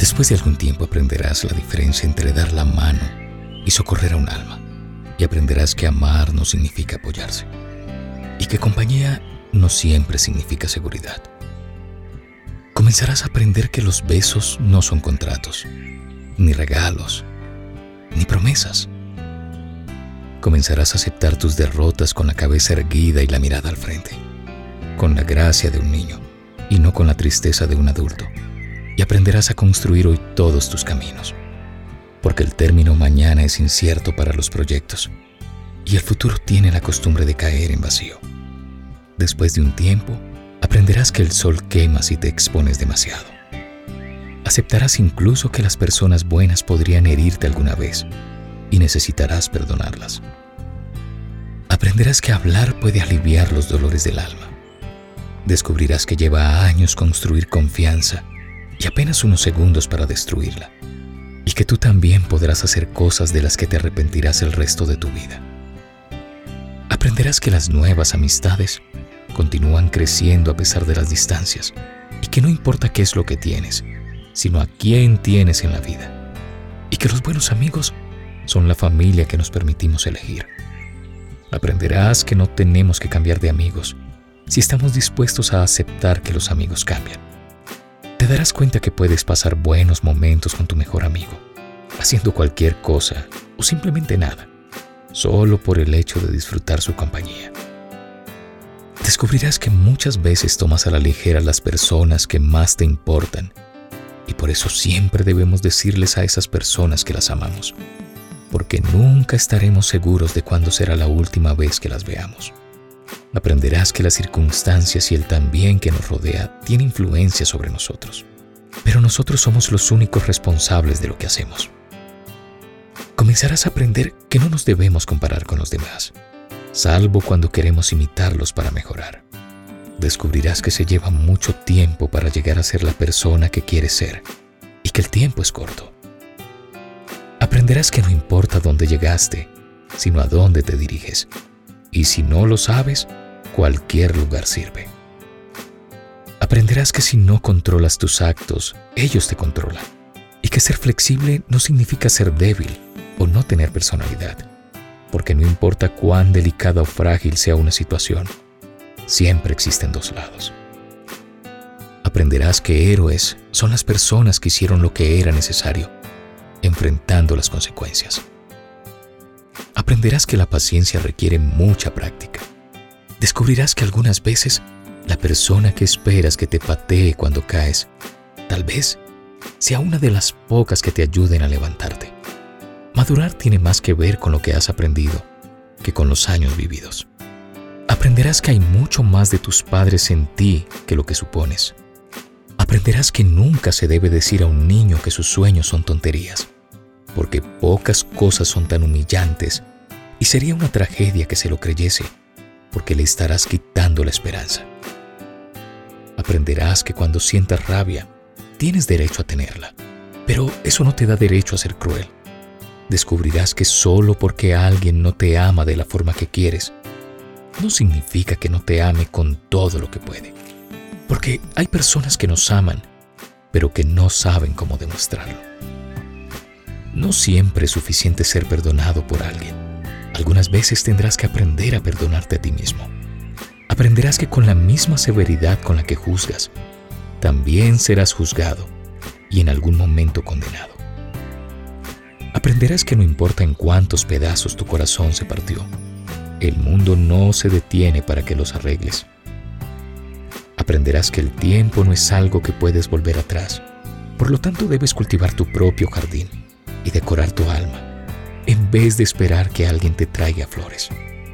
Después de algún tiempo aprenderás la diferencia entre dar la mano y socorrer a un alma, y aprenderás que amar no significa apoyarse, y que compañía no siempre significa seguridad. Comenzarás a aprender que los besos no son contratos, ni regalos, ni promesas. Comenzarás a aceptar tus derrotas con la cabeza erguida y la mirada al frente, con la gracia de un niño y no con la tristeza de un adulto, y aprenderás a construir hoy todos tus caminos, porque el término mañana es incierto para los proyectos y el futuro tiene la costumbre de caer en vacío. Después de un tiempo, aprenderás que el sol quema si te expones demasiado. Aceptarás incluso que las personas buenas podrían herirte alguna vez y necesitarás perdonarlas. Aprenderás que hablar puede aliviar los dolores del alma. Descubrirás que lleva años construir confianza y apenas unos segundos para destruirla, y que tú también podrás hacer cosas de las que te arrepentirás el resto de tu vida. Aprenderás que las nuevas amistades continúan creciendo a pesar de las distancias, y que no importa qué es lo que tienes, sino a quién tienes en la vida, y que los buenos amigos son la familia que nos permitimos elegir. Aprenderás que no tenemos que cambiar de amigos si estamos dispuestos a aceptar que los amigos cambian. Te darás cuenta que puedes pasar buenos momentos con tu mejor amigo, haciendo cualquier cosa o simplemente nada, solo por el hecho de disfrutar su compañía. Descubrirás que muchas veces tomas a la ligera las personas que más te importan, y por eso siempre debemos decirles a esas personas que las amamos, porque nunca estaremos seguros de cuándo será la última vez que las veamos. Aprenderás que las circunstancias y el también que nos rodea tiene influencia sobre nosotros, pero nosotros somos los únicos responsables de lo que hacemos. Comenzarás a aprender que no nos debemos comparar con los demás, salvo cuando queremos imitarlos para mejorar. Descubrirás que se lleva mucho tiempo para llegar a ser la persona que quieres ser y que el tiempo es corto. Aprenderás que no importa dónde llegaste, sino a dónde te diriges. Y si no lo sabes, cualquier lugar sirve. Aprenderás que si no controlas tus actos, ellos te controlan. Y que ser flexible no significa ser débil o no tener personalidad. Porque no importa cuán delicada o frágil sea una situación, siempre existen dos lados. Aprenderás que héroes son las personas que hicieron lo que era necesario, enfrentando las consecuencias. Aprenderás que la paciencia requiere mucha práctica. Descubrirás que algunas veces la persona que esperas que te patee cuando caes, tal vez sea una de las pocas que te ayuden a levantarte. Madurar tiene más que ver con lo que has aprendido que con los años vividos. Aprenderás que hay mucho más de tus padres en ti que lo que supones. Aprenderás que nunca se debe decir a un niño que sus sueños son tonterías, porque pocas cosas son tan humillantes y sería una tragedia que se lo creyese, porque le estarás quitando la esperanza. Aprenderás que cuando sientas rabia, tienes derecho a tenerla, pero eso no te da derecho a ser cruel. Descubrirás que solo porque alguien no te ama de la forma que quieres, no significa que no te ame con todo lo que puede. Porque hay personas que nos aman, pero que no saben cómo demostrarlo. No siempre es suficiente ser perdonado por alguien. Algunas veces tendrás que aprender a perdonarte a ti mismo. Aprenderás que con la misma severidad con la que juzgas, también serás juzgado y en algún momento condenado. Aprenderás que no importa en cuántos pedazos tu corazón se partió, el mundo no se detiene para que los arregles. Aprenderás que el tiempo no es algo que puedes volver atrás, por lo tanto debes cultivar tu propio jardín y decorar tu alma, en vez de esperar que alguien te traiga flores.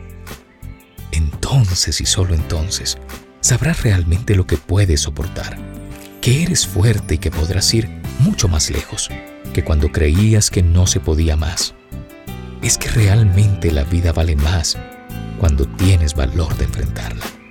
Entonces y solo entonces, sabrás realmente lo que puedes soportar, que eres fuerte y que podrás ir mucho más lejos que cuando creías que no se podía más. Es que realmente la vida vale más cuando tienes valor de enfrentarla.